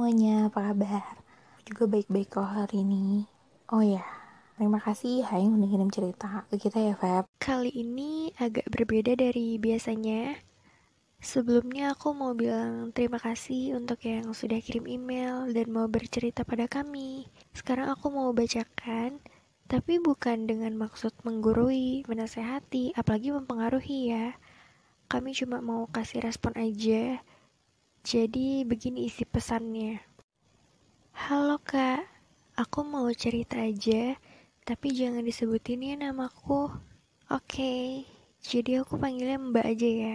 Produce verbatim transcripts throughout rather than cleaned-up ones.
Semuanya, apa kabar? Aku juga baik-baik kok hari ini. Oh ya, terima kasih Hai udah ngirim cerita ke kita ya, Feb. Kali ini agak berbeda dari biasanya. Sebelumnya aku mau bilang terima kasih untuk yang sudah kirim email dan mau bercerita pada kami. Sekarang aku mau bacakan, tapi bukan dengan maksud menggurui, menasehati, apalagi mempengaruhi ya. Kami cuma mau kasih respon aja. Jadi begini isi pesannya. Halo kak, aku mau cerita aja, tapi jangan disebutin ya namaku. Oke, jadi aku panggilnya Mbak aja ya.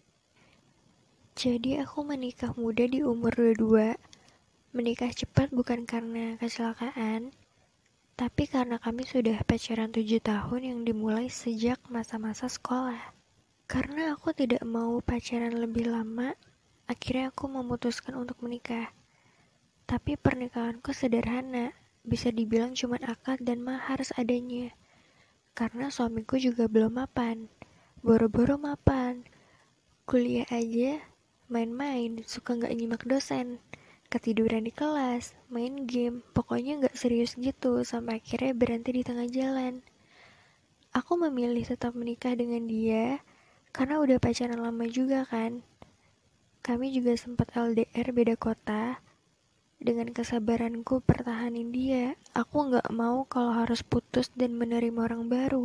Jadi aku menikah muda di umur dua puluh dua. Menikah cepat bukan karena kecelakaan, tapi karena kami sudah pacaran tujuh tahun yang dimulai sejak masa-masa sekolah. Karena aku tidak mau pacaran lebih lama, akhirnya aku memutuskan untuk menikah. Tapi pernikahanku sederhana, bisa dibilang cuma akad dan mahar seadanya. Karena suamiku juga belum mapan, boro-boro mapan. Kuliah aja, main-main, suka nggak nyimak dosen, ketiduran di kelas, main game, pokoknya nggak serius gitu, sampai akhirnya berhenti di tengah jalan. Aku memilih tetap menikah dengan dia, karena udah pacaran lama juga kan. Kami juga sempat L D R beda kota. Dengan kesabaranku pertahanin dia, aku nggak mau kalau harus putus dan menerima orang baru.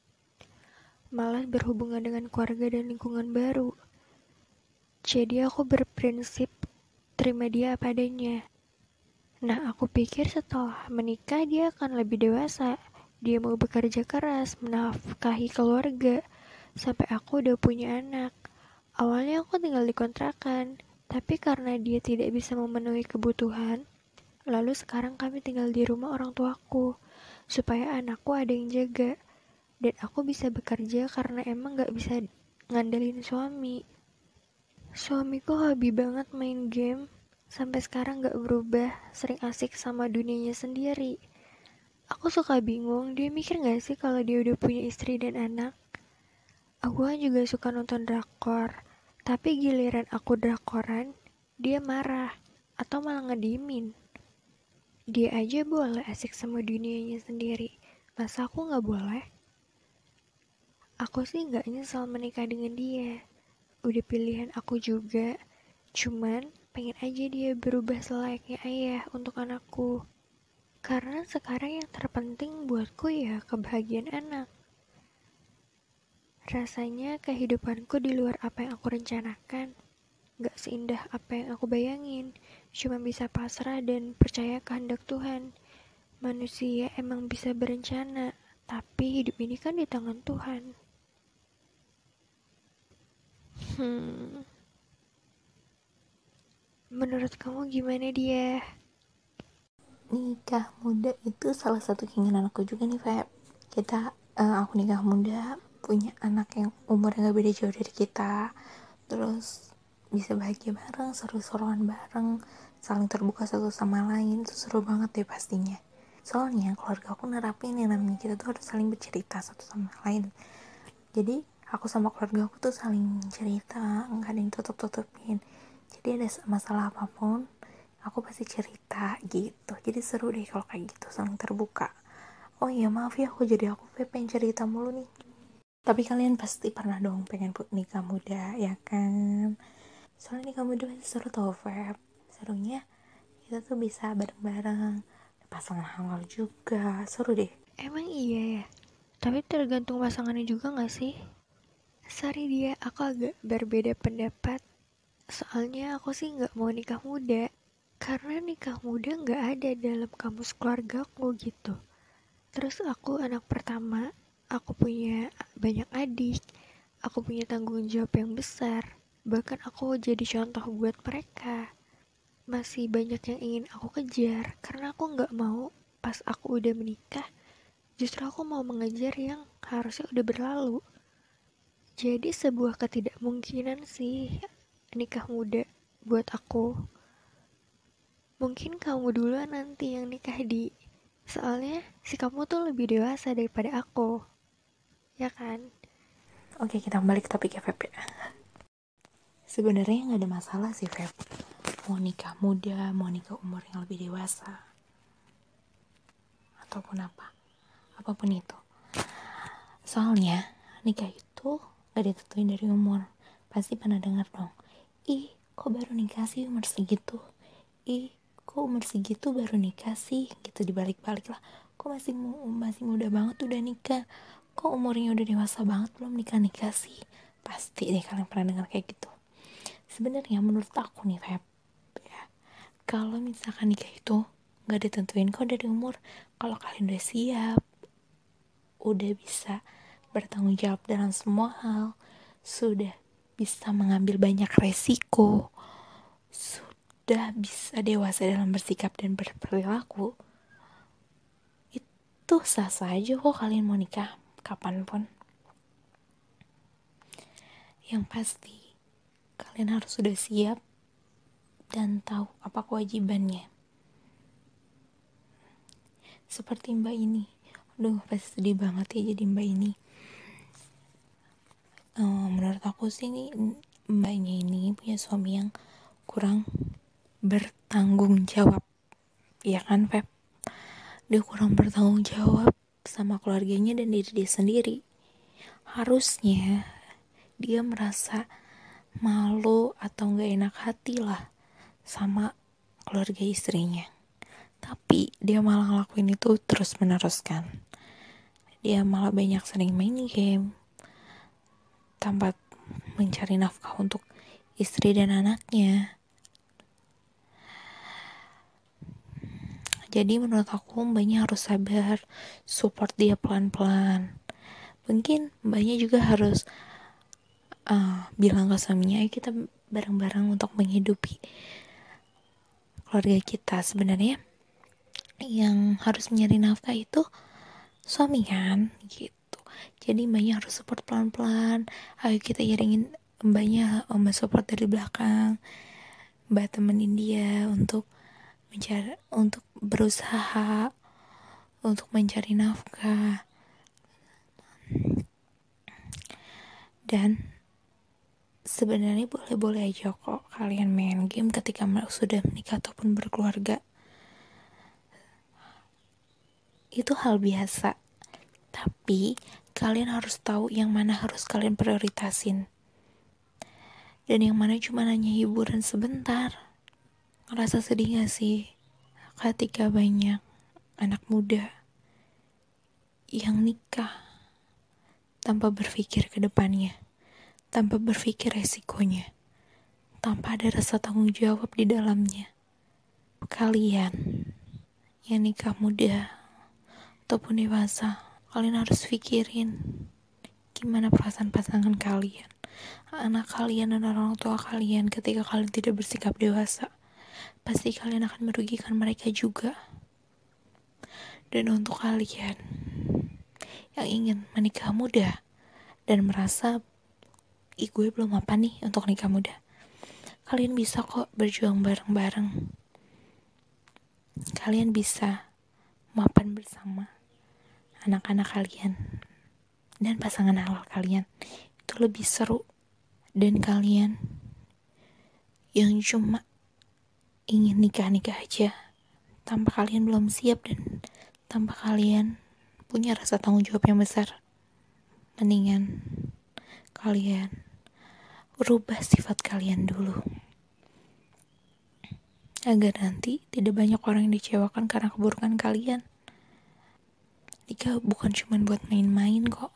Malah berhubungan dengan keluarga dan lingkungan baru. Jadi aku berprinsip terima dia apa adanya. Nah, aku pikir setelah menikah dia akan lebih dewasa. Dia mau bekerja keras, menafkahi keluarga, sampai aku udah punya anak. Awalnya aku tinggal di kontrakan, tapi karena dia tidak bisa memenuhi kebutuhan, lalu sekarang kami tinggal di rumah orang tuaku, supaya anakku ada yang jaga. Dan aku bisa bekerja karena emang gak bisa ngandelin suami. Suamiku hobi banget main game, sampai sekarang gak berubah, sering asik sama dunianya sendiri. Aku suka bingung, dia mikir gak sih kalau dia udah punya istri dan anak? Aku kan juga suka nonton drakor, tapi giliran aku drakoran, dia marah, atau malah ngediemin. Dia aja boleh asik sama dunianya sendiri, masa aku gak boleh? Aku sih gak nyesel menikah dengan dia. Udah pilihan aku juga, cuman pengen aja dia berubah selayaknya ayah untuk anakku. Karena sekarang yang terpenting buatku ya kebahagiaan anak. Rasanya kehidupanku di luar apa yang aku rencanakan. Gak seindah apa yang aku bayangin. Cuma bisa pasrah dan percaya kehendak Tuhan. Manusia emang bisa berencana, tapi hidup ini kan di tangan Tuhan. Hmm, menurut kamu gimana dia? Nikah muda itu salah satu keinginan aku juga nih, Feb. Kita, uh, aku nikah muda, punya anak yang umurnya gak beda jauh dari kita. Terus bisa bahagia bareng, seru-seruan bareng, saling terbuka satu sama lain. Itu seru banget deh pastinya. Soalnya keluarga aku nerapin yang namanya kita tuh harus saling bercerita satu sama lain. Jadi aku sama keluarga aku tuh saling cerita, nggak ada yang tutup-tutupin. Jadi ada masalah apapun aku pasti cerita gitu. Jadi seru deh kalau kayak gitu, saling terbuka. Oh iya, maaf ya aku jadi aku pengen cerita mulu nih. Tapi kalian pasti pernah dong pengen nikah muda, ya kan? Soalnya nikah muda pasti seru tau, Feb. Serunya kita tuh bisa bareng-bareng, pasangan halal juga, seru deh. Emang iya ya? Tapi tergantung pasangannya juga gak sih? Sorry dia, aku agak berbeda pendapat. Soalnya aku sih gak mau nikah muda. Karena nikah muda gak ada dalam kamus keluargaku gitu. Terus aku anak pertama, aku punya banyak adik, aku punya tanggung jawab yang besar. Bahkan aku jadi contoh buat mereka. Masih banyak yang ingin aku kejar, karena aku gak mau pas aku udah menikah, justru aku mau mengejar yang harusnya udah berlalu. Jadi sebuah ketidakmungkinan sih nikah muda buat aku. Mungkin kamu duluan nanti yang nikah di. Soalnya si kamu tuh lebih dewasa daripada aku. Ya kan? Oke, kita kembali ke topik ya, Feb ya. Sebenarnya nggak ada masalah sih, Feb. mau nikah muda, mau nikah umur yang lebih dewasa, ataupun apa, apapun itu. Soalnya nikah itu gak ditentuin dari umur. Pasti pernah dengar dong, ih kok baru nikah sih umur segitu, ih kok umur segitu baru nikah sih, gitu dibalik-balik lah, kok masih masih muda banget udah nikah, kok umurnya udah dewasa banget belum nikah-nikah sih. Pasti deh kalian pernah dengar kayak gitu. Sebenarnya menurut aku nih Feb, ya, kalau misalkan nikah itu gak ditentuin kok dari umur. Kalau kalian udah siap, udah bisa bertanggung jawab dalam semua hal, sudah bisa mengambil banyak resiko, sudah bisa dewasa dalam bersikap dan berperilaku, itu sah-sah aja kok kalian mau nikah kapanpun. Yang pasti kalian harus sudah siap dan tahu apa kewajibannya. Seperti mbak ini, aduh pasti sedih banget ya jadi mbak ini. Uh, menurut aku sih nih, mbaknya ini punya suami yang kurang bertanggung jawab, ya kan Feb? Dia kurang bertanggung jawab sama keluarganya dan diri dia sendiri. Harusnya dia merasa malu atau gak enak hati lah sama keluarga istrinya, tapi dia malah ngelakuin itu terus meneruskan. Dia malah banyak sering main game tanpa mencari nafkah untuk istri dan anaknya. Jadi menurut aku mbaknya harus sabar, support dia pelan-pelan. Mungkin mbaknya juga harus uh, bilang ke suaminya, ayo kita bareng-bareng untuk menghidupi keluarga kita. Sebenarnya yang harus mencari nafkah itu suami kan, gitu. Jadi mbaknya harus support pelan-pelan. Ayo kita iringin mbaknya, mbak support dari belakang, mbak temenin dia untuk mencari, untuk berusaha untuk mencari nafkah. Dan sebenarnya boleh-boleh aja kok kalian main game ketika sudah menikah ataupun berkeluarga. Itu hal biasa. Tapi kalian harus tahu yang mana harus kalian prioritasin, dan yang mana cuma hanya hiburan sebentar. Ngerasa sedih gak sih ketika banyak anak muda yang nikah tanpa berpikir ke depannya, tanpa berpikir resikonya, tanpa ada rasa tanggung jawab di dalamnya. Kalian yang nikah muda ataupun dewasa, kalian harus pikirin gimana perasaan pasangan kalian, anak kalian dan orang tua kalian ketika kalian tidak bersikap dewasa. Pasti kalian akan merugikan mereka juga. Dan untuk kalian yang ingin menikah muda dan merasa, ih gue belum apa nih untuk nikah muda, kalian bisa kok berjuang bareng-bareng. Kalian bisa mapan bersama anak-anak kalian dan pasangan halal kalian. Itu lebih seru. Dan kalian yang cuma ingin nikah-nikah aja tanpa kalian belum siap dan tanpa kalian punya rasa tanggung jawab yang besar, mendingan kalian rubah sifat kalian dulu, agar nanti tidak banyak orang yang dikecewakan karena keburukan kalian. Nikah bukan cuma buat main-main kok.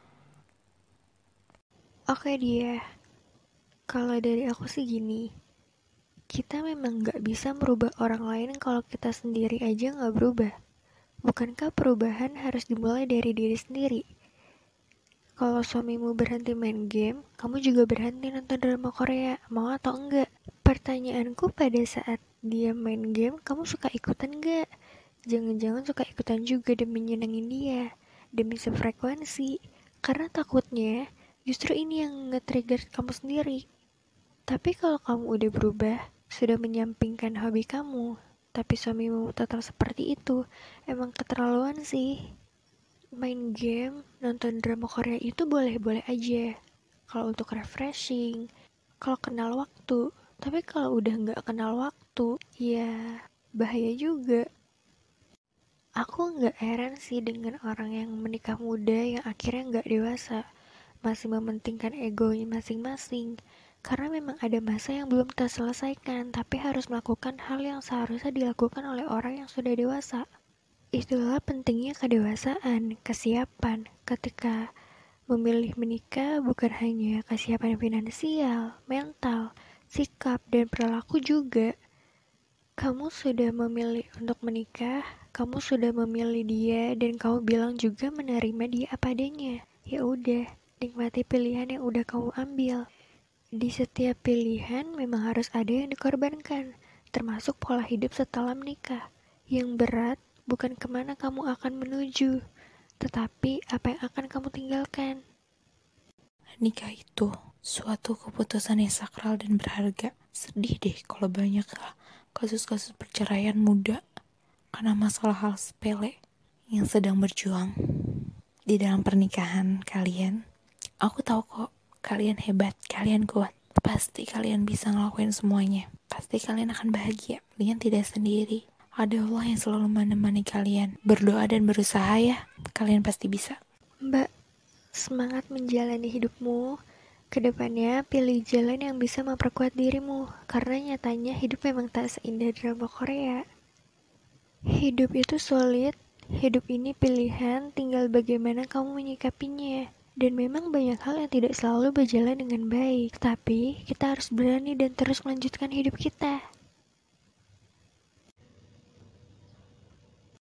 Oke dia, kalau dari aku sih gini, kita memang gak bisa merubah orang lain kalau kita sendiri aja gak berubah. Bukankah perubahan harus dimulai dari diri sendiri? Kalau suamimu berhenti main game, kamu juga berhenti nonton drama Korea, mau atau enggak? Pertanyaanku, pada saat dia main game, kamu suka ikutan enggak? Jangan-jangan suka ikutan juga demi nyenengin dia, demi sefrekuensi, karena takutnya justru ini yang nge-trigger kamu sendiri. Tapi kalau kamu udah berubah, sudah menyampingkan hobi kamu, tapi suamimu tetap seperti itu, emang keterlaluan sih. Main game, nonton drama Korea itu boleh-boleh aja kalau untuk refreshing, kalau kenal waktu. Tapi kalau udah nggak kenal waktu, ya bahaya juga. Aku nggak heran sih dengan orang yang menikah muda yang akhirnya nggak dewasa, masih mementingkan egonya masing-masing. Karena memang ada masa yang belum terselesaikan, tapi harus melakukan hal yang seharusnya dilakukan oleh orang yang sudah dewasa. Itulah pentingnya kedewasaan, kesiapan, ketika memilih menikah bukan hanya kesiapan finansial, mental, sikap, dan perilaku juga. Kamu sudah memilih untuk menikah, kamu sudah memilih dia, dan kamu bilang juga menerima dia apa adanya. Ya udah, nikmati pilihan yang udah kamu ambil. Di setiap pilihan memang harus ada yang dikorbankan, termasuk pola hidup setelah menikah. Yang berat bukan kemana kamu akan menuju, tetapi apa yang akan kamu tinggalkan. Nikah itu suatu keputusan yang sakral dan berharga. Sedih deh kalau banyak kasus-kasus perceraian muda karena masalah hal sepele yang sedang berjuang di dalam pernikahan kalian. Aku tahu kok, kalian hebat, kalian kuat. Pasti kalian bisa ngelakuin semuanya. Pasti kalian akan bahagia. Kalian tidak sendiri. Ada Allah yang selalu menemani kalian. Berdoa dan berusaha ya, kalian pasti bisa. Mbak, semangat menjalani hidupmu. Kedepannya pilih jalan yang bisa memperkuat dirimu, karena nyatanya hidup memang tak seindah drama Korea. Hidup itu sulit, hidup ini pilihan, tinggal bagaimana kamu menyikapinya. Dan memang banyak hal yang tidak selalu berjalan dengan baik, tapi kita harus berani dan terus melanjutkan hidup kita.